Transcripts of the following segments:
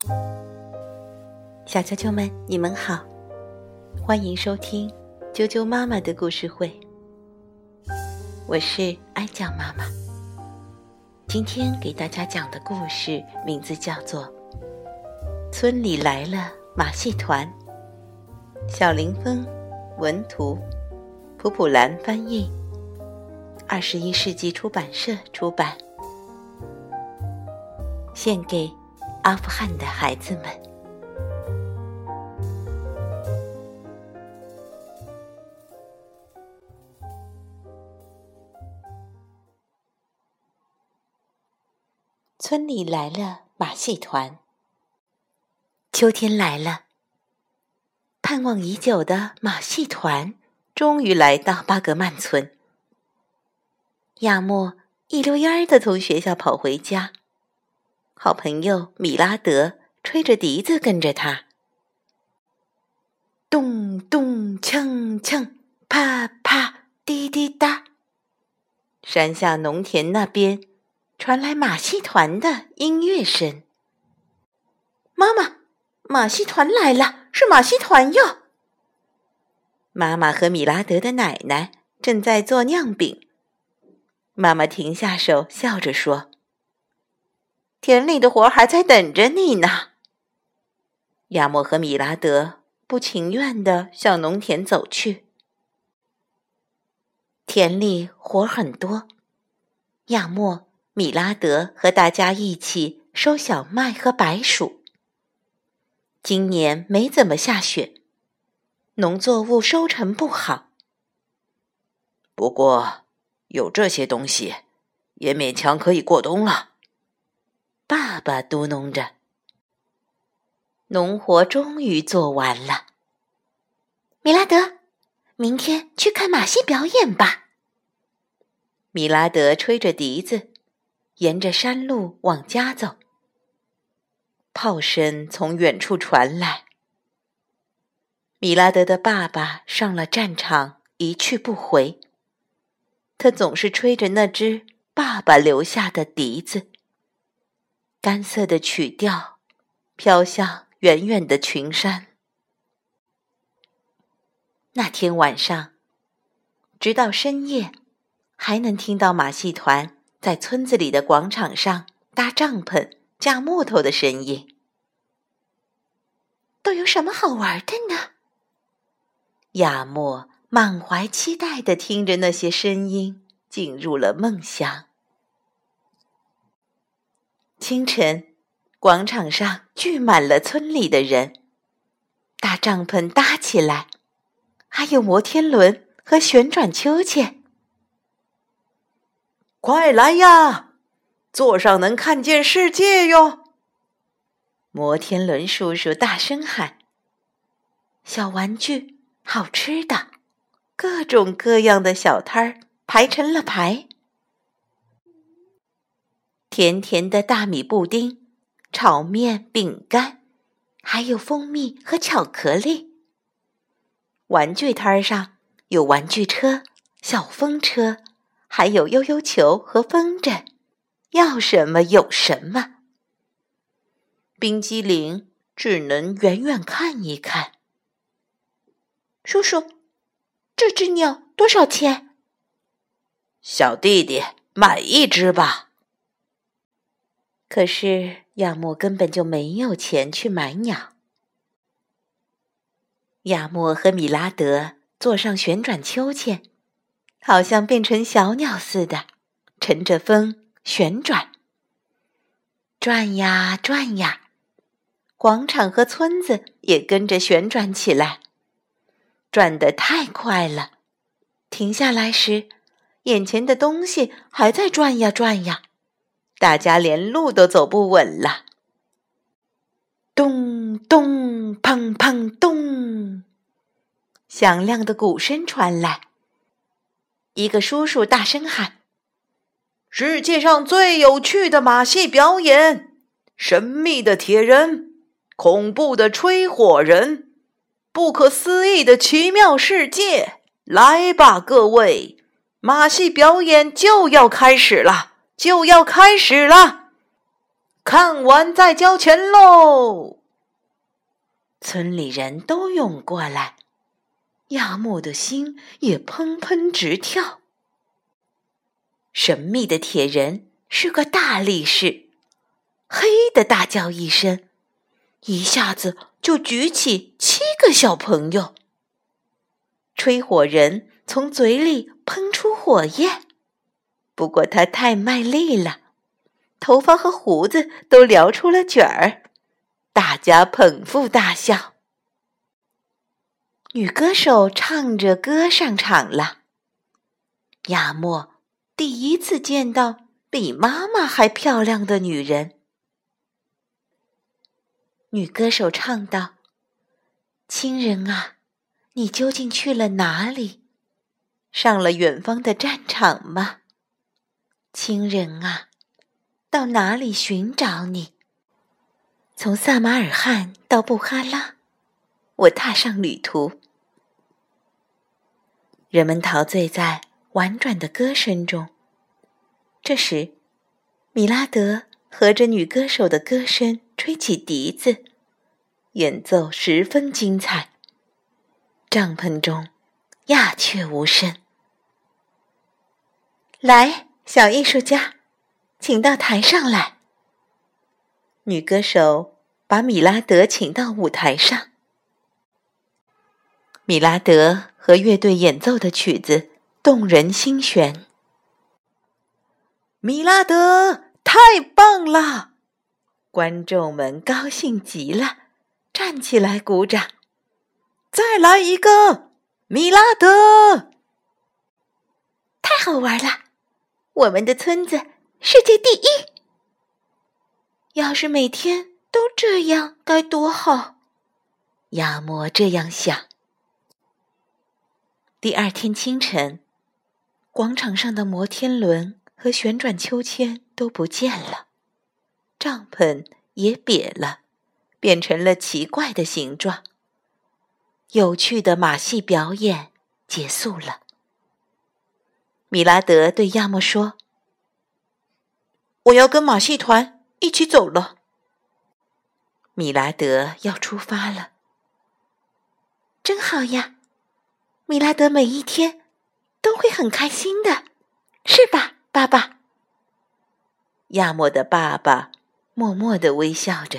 小啾啾们，你们好，欢迎收听啾啾妈妈的故事会。我是哀酱妈妈，今天给大家讲的故事名字叫做《村里来了马戏团》，小林峰文图，普普兰翻译，21世纪出版社出版，献给阿富汗的孩子们。村里来了马戏团。秋天来了，盼望已久的马戏团终于来到巴格曼村。亚莫一溜烟儿地从学校跑回家，好朋友米拉德吹着笛子跟着他。咚咚锵锵，啪啪滴滴答，山下农田那边传来马戏团的音乐声。妈妈，马戏团来了，是马戏团哟！妈妈和米拉德的奶奶正在做酿饼。妈妈停下手，笑着说：“田里的活还在等着你呢。”亚莫和米拉德不情愿地向农田走去。田里活很多，亚莫、米拉德和大家一起收小麦和白薯。今年没怎么下雪，农作物收成不好。 不过有这些东西，也勉强可以过冬了。 爸爸嘟哝着。农活终于做完了。米拉德，明天去看马戏表演吧。米拉德吹着笛子，沿着山路往家走。炮声从远处传来。米拉德的爸爸上了战场，一去不回。他总是吹着那只爸爸留下的笛子，干涩的曲调飘向远远的群山。那天晚上，直到深夜，还能听到马戏团在村子里的广场上搭帐篷、架木头的声音。都有什么好玩的呢？亚莫满怀期待地听着那些声音，进入了梦乡。清晨，广场上聚满了村里的人，大帐篷搭起来，还有摩天轮和旋转秋千。 快来呀，坐上能看见世界哟！ 摩天轮叔叔大声喊。小玩具、好吃的，各种各样的小摊儿排成了排。甜甜的大米布丁、炒面、饼干，还有蜂蜜和巧克力。玩具摊上有玩具车、小风车，还有悠悠球和风筝，要什么有什么。冰激凌只能远远看一看。叔叔，这只鸟多少钱？ 小弟弟，买一只吧。 可是亚莫根本就没有钱去买鸟。亚莫和米拉德坐上旋转秋千，好像变成小鸟似的，乘着风旋转。转呀转呀，广场和村子也跟着旋转起来，转得太快了。停下来时，眼前的东西还在转呀转呀，大家连路都走不稳了。咚咚砰砰咚，响亮的鼓声传来。一个叔叔大声喊： 世界上最有趣的马戏表演，神秘的铁人，恐怖的吹火人，不可思议的奇妙世界，来吧各位，马戏表演就要开始了，就要开始了！ 看完再交钱喽！ 村里人都涌过来，亚莫的心也砰砰直跳。神秘的铁人是个大力士，嘿的大叫一声，一下子就举起7个小朋友。吹火人从嘴里喷出火焰，不过他太卖力了，头发和胡子都撩出了卷儿，大家捧腹大笑。女歌手唱着歌上场了。亚莫第一次见到比妈妈还漂亮的女人。女歌手唱道：亲人啊，你究竟去了哪里？上了远方的战场吗？亲人啊，到哪里寻找你？从撒马尔罕到布哈拉，我踏上旅途。人们陶醉在婉转的歌声中。这时，米拉德和着女歌手的歌声吹起笛子，演奏十分精彩。帐篷中鸦雀无声。来，小艺术家，请到台上来。女歌手把米拉德请到舞台上。米拉德和乐队演奏的曲子动人心弦。 米拉德，太棒了！ 观众们高兴极了，站起来鼓掌。 再来一个，米拉德！ 太好玩了，我们的村子世界第一！要是每天都这样该多好，亚莫这样想。第二天清晨，广场上的摩天轮和旋转秋千都不见了，帐篷也瘪了，变成了奇怪的形状。有趣的马戏表演结束了。米拉德对亚莫说：我要跟马戏团一起走了。米拉德要出发了。真好呀，米拉德每一天都会很开心的，是吧，爸爸？亚莫的爸爸默默地微笑着。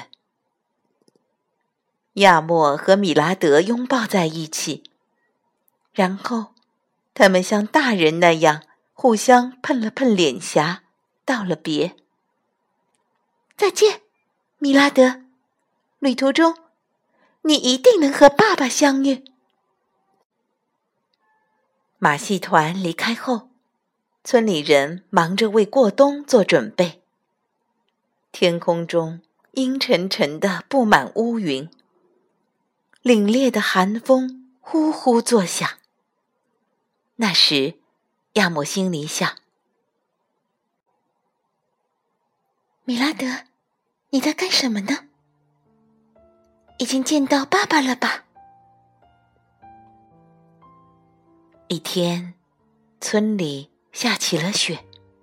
亚莫和米拉德拥抱在一起，然后他们像大人那样互相碰了碰脸颊，道了别。再见，米拉德，旅途中你一定能和爸爸相遇。马戏团离开后，村里人忙着为过冬做准备。天空中阴沉沉的布满乌云，凛冽的寒风呼呼作响。那时，亚莫心里想：米拉德，你在干什么呢？已经见到爸爸了吧？一天，村里下起了雪。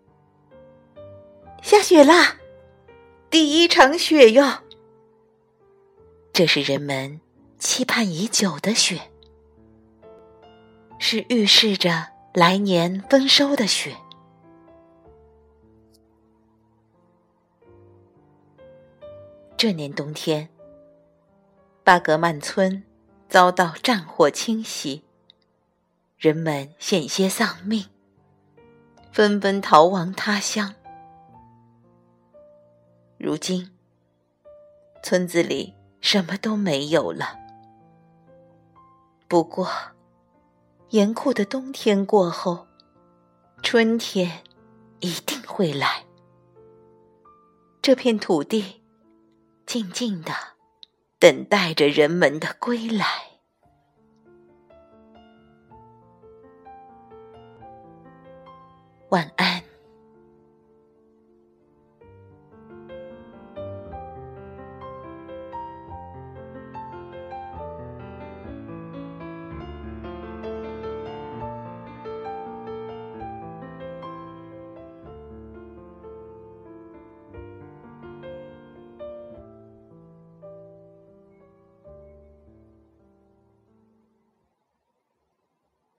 下雪啦！第一场雪哟！这是人们期盼已久的雪，是预示着来年丰收的雪。这年冬天，巴格曼村遭到战火侵袭，人们险些丧命，纷纷逃亡他乡。如今，村子里什么都没有了。不过，严酷的冬天过后，春天一定会来。这片土地静静地等待着人们的归来。晚安。